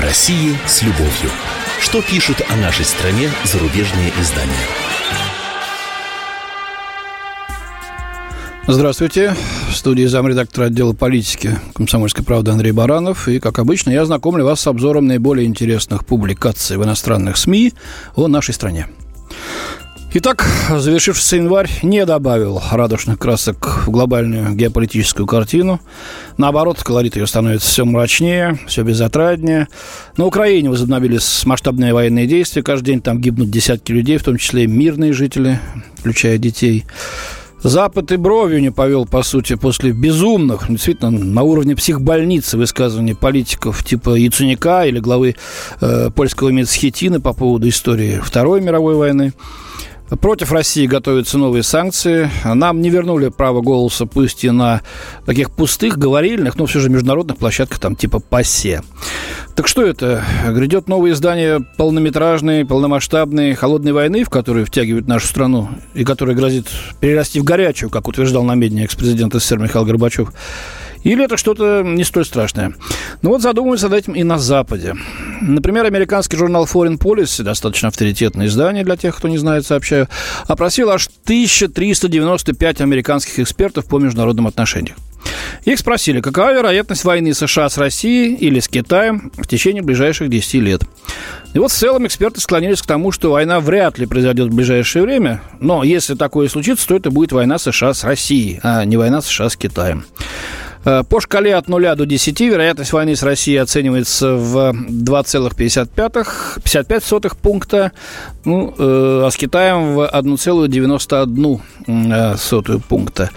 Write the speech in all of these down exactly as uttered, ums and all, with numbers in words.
России с любовью. Что пишут о нашей стране зарубежные издания? Здравствуйте. В студии замредактора отдела политики «Комсомольской правды» Андрей Баранов. И, как обычно, я знакомлю вас с обзором наиболее интересных публикаций в иностранных СМИ о нашей стране. Итак, завершившийся январь не добавил радужных красок в глобальную геополитическую картину. Наоборот, колорит ее становится все мрачнее, все безотраднее. На Украине возобновились масштабные военные действия. Каждый день там гибнут десятки людей, в том числе и мирные жители, включая детей. Запад и бровью не повел, по сути, после безумных, действительно, на уровне психбольницы высказываний политиков типа Яценюка или главы э, польского Мецхетина по поводу истории Второй мировой войны. Против России готовятся новые санкции. Нам не вернули право голоса, пусть и на таких пустых, говорильных, но все же международных площадках, там типа ПАСЕ. Так что это? Грядет новое издание полнометражной, полномасштабной холодной войны, в которую втягивают нашу страну, и которая грозит перерасти в горячую, как утверждал намедни экс-президент СССР Михаил Горбачев. Или это что-то не столь страшное? Ну вот задумываются над этим и на Западе. Например, американский журнал Foreign Policy, достаточно авторитетное издание для тех, кто не знает, сообщаю, опросил аж тысяча триста девяносто пять американских экспертов по международным отношениям. Их спросили, какова вероятность войны США с Россией или с Китаем в течение ближайших десяти лет. И вот в целом эксперты склонились к тому, что война вряд ли произойдет в ближайшее время, но если такое случится, то это будет война США с Россией, а не война США с Китаем. По шкале от нуля до десяти вероятность войны с Россией оценивается в два целых пятьдесят пять сотых пункта, ну, э, а с Китаем в один целых девяносто одну сотую пункта.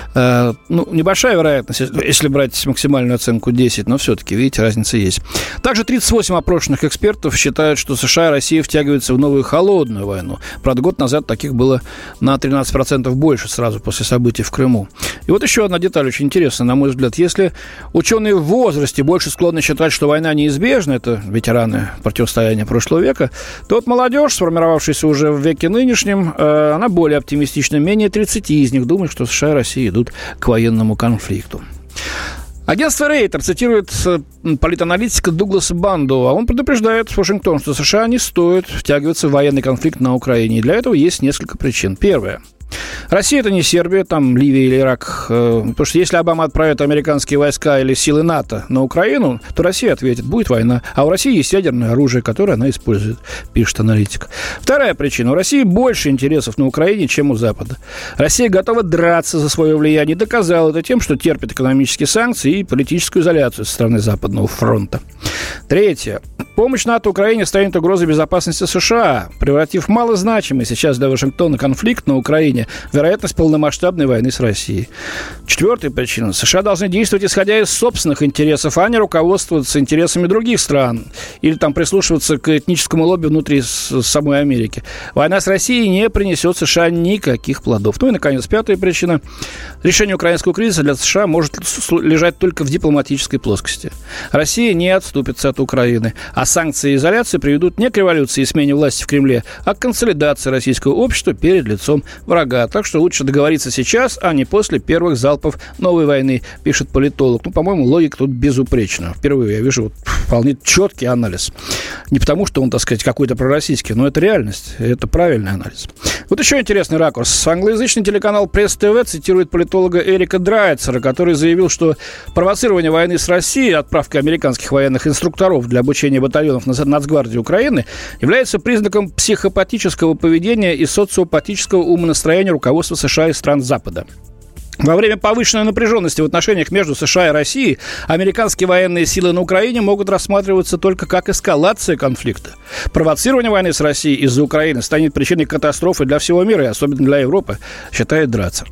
Э, ну, небольшая вероятность, если брать максимальную оценку десять, но все-таки, видите, разница есть. Также тридцать восемь опрошенных экспертов считают, что США и Россия втягиваются в новую холодную войну. Правда, год назад таких было на тринадцать процентов больше сразу после событий в Крыму. И вот еще одна деталь очень интересная, на мой взгляд. Если ученые в возрасте больше склонны считать, что война неизбежна, это ветераны противостояния прошлого века, то вот молодежь, сформировавшаяся уже в веке нынешнем, э, она более оптимистична. Менее тридцати из них думают, что США и Россия идут к военному конфликту. Агентство Рейтер цитирует политаналитика Дугласа Бандоу, а он предупреждает Вашингтон, что США не стоит втягиваться в военный конфликт на Украине. И для этого есть несколько причин. Первое. Россия – это не Сербия, там Ливия или Ирак. Потому что если Обама отправит американские войска или силы НАТО на Украину, то Россия ответит, будет война. А у России есть ядерное оружие, которое она использует, пишет аналитик. Вторая причина. У России больше интересов на Украине, чем у Запада. Россия готова драться за свое влияние и доказала это тем, что терпит экономические санкции и политическую изоляцию со стороны Западного фронта. Третье. Помощь НАТО Украине станет угрозой безопасности США, превратив малозначимый сейчас для Вашингтона конфликт на Украине в вероятность полномасштабной войны с Россией. Четвертая причина. США должны действовать исходя из собственных интересов, а не руководствоваться интересами других стран или там прислушиваться к этническому лобби внутри самой Америки. Война с Россией не принесет США никаких плодов. Ну и, наконец, пятая причина. Решение украинского кризиса для США может лежать только в дипломатической плоскости. Россия не отступится от Украины, а санкции и изоляция приведут не к революции и смене власти в Кремле, а к консолидации российского общества перед лицом врага. Так что лучше договориться сейчас, а не после первых залпов новой войны, пишет политолог. Ну, по-моему, логика тут безупречна. Впервые я вижу вот вполне четкий анализ. Не потому, что он, так сказать, какой-то пророссийский, но это реальность, это правильный анализ. Вот еще интересный ракурс. Англоязычный телеканал Пресс-ТВ цитирует политолога Эрика Драйцера, который заявил, что провоцирование войны с Россией, отправка американских военных инструкторов для обучения батальонов Нацгвардии Украины является признаком психопатического поведения и социопатического умонастроения руководства США и стран Запада. Во время повышенной напряженности в отношениях между США и Россией американские военные силы на Украине могут рассматриваться только как эскалация конфликта. Провоцирование войны с Россией из-за Украины станет причиной катастрофы для всего мира, и особенно для Европы, считает Драйцер.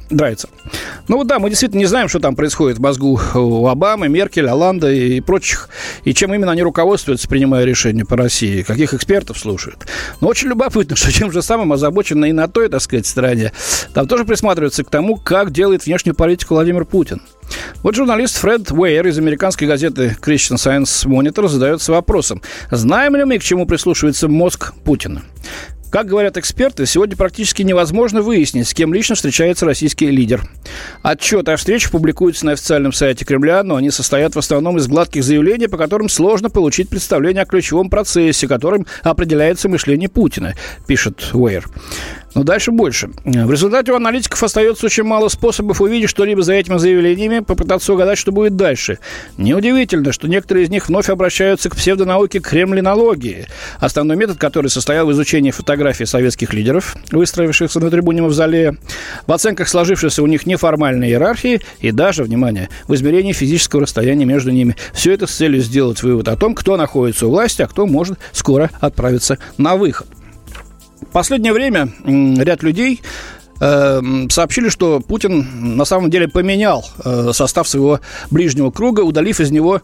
Ну вот да, мы действительно не знаем, что там происходит в мозгу у Обамы, Меркель, Оланда и прочих, и чем именно они руководствуются, принимая решения по России, каких экспертов слушают. Но очень любопытно, что тем же самым озабочены и на той, так сказать, стороне. Там тоже присматриваются к тому, как делает внешне внешнюю политику Владимир Путин. Вот журналист Фред Уэйер из американской газеты Christian Science Monitor задается вопросом, знаем ли мы, к чему прислушивается мозг Путина? Как говорят эксперты, сегодня практически невозможно выяснить, с кем лично встречается российский лидер. Отчеты о встречах публикуются на официальном сайте Кремля, но они состоят в основном из гладких заявлений, по которым сложно получить представление о ключевом процессе, которым определяется мышление Путина, пишет Уэйр. Но дальше больше. В результате у аналитиков остается очень мало способов увидеть что-либо за этими заявлениями, попытаться угадать, что будет дальше. Неудивительно, что некоторые из них вновь обращаются к псевдонауке кремлинологии. Основной метод, который состоял в изучении фотографий советских лидеров, выстроившихся на трибуне Мавзолея, в оценках сложившейся у них неформальной иерархии и даже, внимание, в измерении физического расстояния между ними. Все это с целью сделать вывод о том, кто находится у власти, а кто может скоро отправиться на выход. В последнее время ряд людей э, сообщили, что Путин на самом деле поменял э, состав своего ближнего круга, удалив из него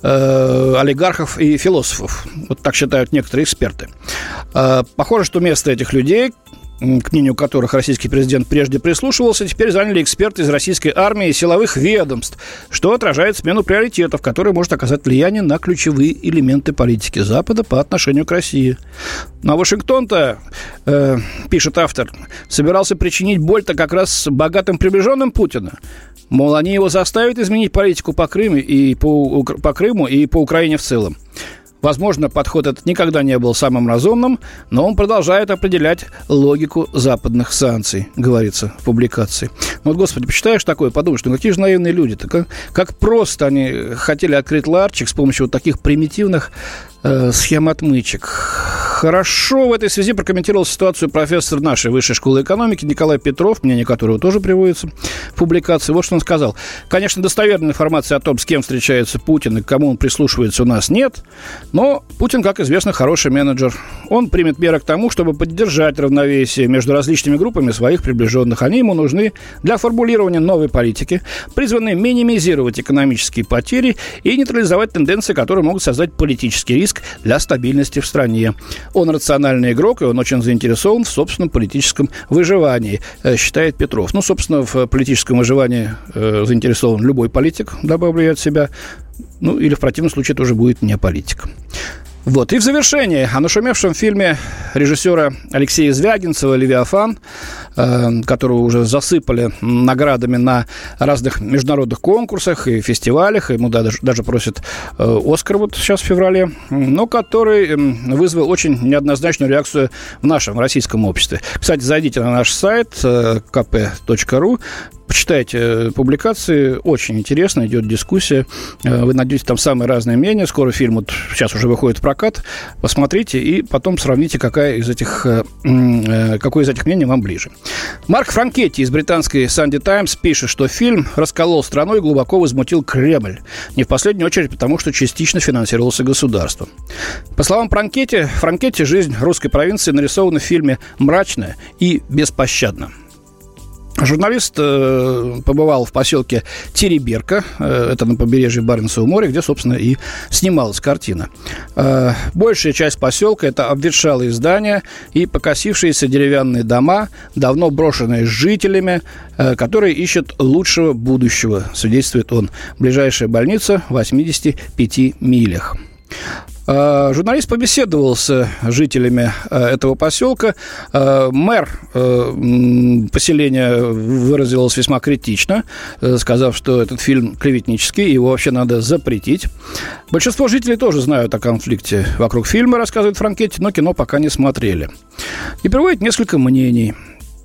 э, олигархов и философов. Вот так считают некоторые эксперты. Э, похоже, что место этих людей, к мнению которых российский президент прежде прислушивался, теперь заняли эксперты из российской армии и силовых ведомств, что отражает смену приоритетов, которая может оказать влияние на ключевые элементы политики Запада по отношению к России. Но Вашингтон-то, э, пишет автор, собирался причинить боль-то как раз богатым приближенным Путина. Мол, они его заставят изменить политику по Крыму и по, по Крыму и по Украине в целом. Возможно, подход этот никогда не был самым разумным, но он продолжает определять логику западных санкций, говорится в публикации. Ну вот, господи, почитаешь такое, подумаешь, ну какие же наивные люди-то, как, как просто они хотели открыть ларчик с помощью вот таких примитивных э, схем отмычек. Хорошо в этой связи прокомментировал ситуацию профессор нашей высшей школы экономики Николай Петров, мнение которого тоже приводится в публикации. Вот что он сказал. Конечно, достоверной информации о том, с кем встречается Путин и к кому он прислушивается, у нас нет. Но Путин, как известно, хороший менеджер. Он примет меры к тому, чтобы поддержать равновесие между различными группами своих приближенных. Они ему нужны для формулирования новой политики, призванной минимизировать экономические потери и нейтрализовать тенденции, которые могут создать политический риск для стабильности в стране. Он рациональный игрок, и он очень заинтересован в собственном политическом выживании, считает Петров. Ну, собственно, в политическом выживании э, заинтересован любой политик, добавлю я от себя. Ну, или в противном случае тоже будет не политик. Вот. И в завершение о нашумевшем фильме режиссера Алексея Звягинцева «Левиафан», э, которого уже засыпали наградами на разных международных конкурсах и фестивалях. Ему даже, даже просят э, «Оскар» вот сейчас в феврале, но который э, вызвал очень неоднозначную реакцию в нашем российском обществе. Кстати, зайдите на наш сайт э, ка пэ точка ру, почитайте публикации, очень интересно, идет дискуссия. Вы найдете там самые разные мнения. Скоро фильм вот сейчас уже выходит в прокат. Посмотрите и потом сравните, какая из этих, какое из этих мнений вам ближе. Марк Франкетти из британской Sunday Times пишет, что фильм расколол страну и глубоко возмутил Кремль. Не в последнюю очередь потому, что частично финансировался государством. По словам Франкетти, Франкетти жизнь русской провинции нарисована в фильме мрачно и беспощадно. Журналист э, побывал в поселке Тереберка, э, это на побережье Баренцева моря, где, собственно, и снималась картина. Э, большая часть поселка – это обветшалые здания и покосившиеся деревянные дома, давно брошенные жителями, э, которые ищут лучшего будущего, свидетельствует он. Ближайшая больница в восьмидесяти пяти милях. Журналист побеседовал с жителями этого поселка. Мэр поселения выразилась весьма критично, сказав, что этот фильм клеветнический, его вообще надо запретить. Большинство жителей тоже знают о конфликте вокруг фильма, рассказывает Франкетти, но кино пока не смотрели. И приводит несколько мнений.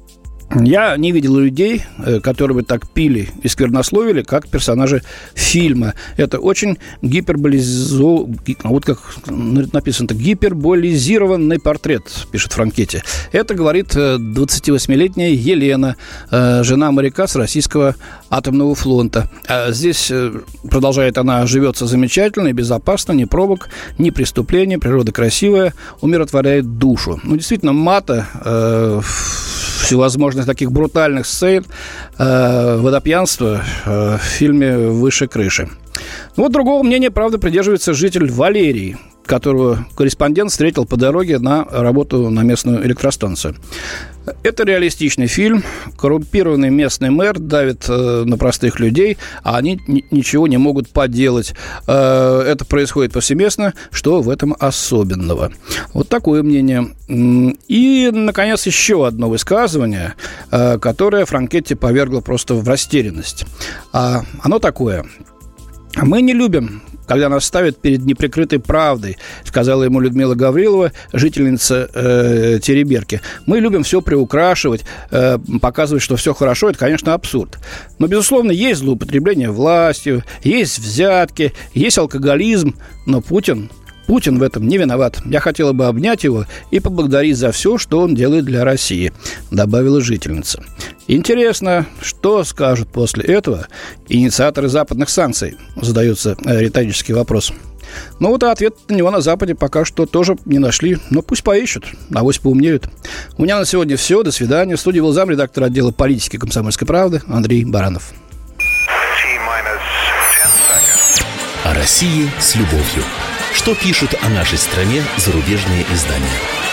Я не видел людей, которые бы так пили и сквернословили, как персонажи фильма. Это очень гиперболизо... Вот как написано, гиперболизированный портрет, пишет Франкетти. Это говорит двадцативосьмилетняя Елена, жена моряка с российского атомного флота. А здесь, продолжает она, живется замечательно и безопасно, ни пробок, ни преступлений, природа красивая, умиротворяет душу. Ну, действительно, мата... Э, всевозможных таких брутальных сцен, э, водопьянства э, в фильме «Выше крыши». Вот другого мнения, правда, придерживается житель Валерий, которого корреспондент встретил по дороге на работу на местную электростанцию. Это реалистичный фильм. Коррумпированный местный мэр давит э, на простых людей, а они н- ничего не могут поделать. Э, это происходит повсеместно. Что в этом особенного? Вот такое мнение. И, наконец, еще одно высказывание, э, которое Франкетти повергло просто в растерянность. А, оно такое. Мы не любим, когда нас ставят перед неприкрытой правдой, сказала ему Людмила Гаврилова, жительница э, Тереберки. Мы любим все приукрашивать, э, показывать, что все хорошо. Это, конечно, абсурд. Но, безусловно, есть злоупотребление властью, есть взятки, есть алкоголизм. Но Путин... Путин в этом не виноват. Я хотела бы обнять его и поблагодарить за все, что он делает для России», — добавила жительница. Интересно, что скажут после этого инициаторы западных санкций? Задается риторический вопрос. Ну вот, а ответ на него на Западе пока что тоже не нашли. Но пусть поищут, авось поумнеют. У меня на сегодня все. До свидания. В студии был замредактор отдела политики «Комсомольской правды» Андрей Баранов. О России с любовью. Что пишут о нашей стране зарубежные издания?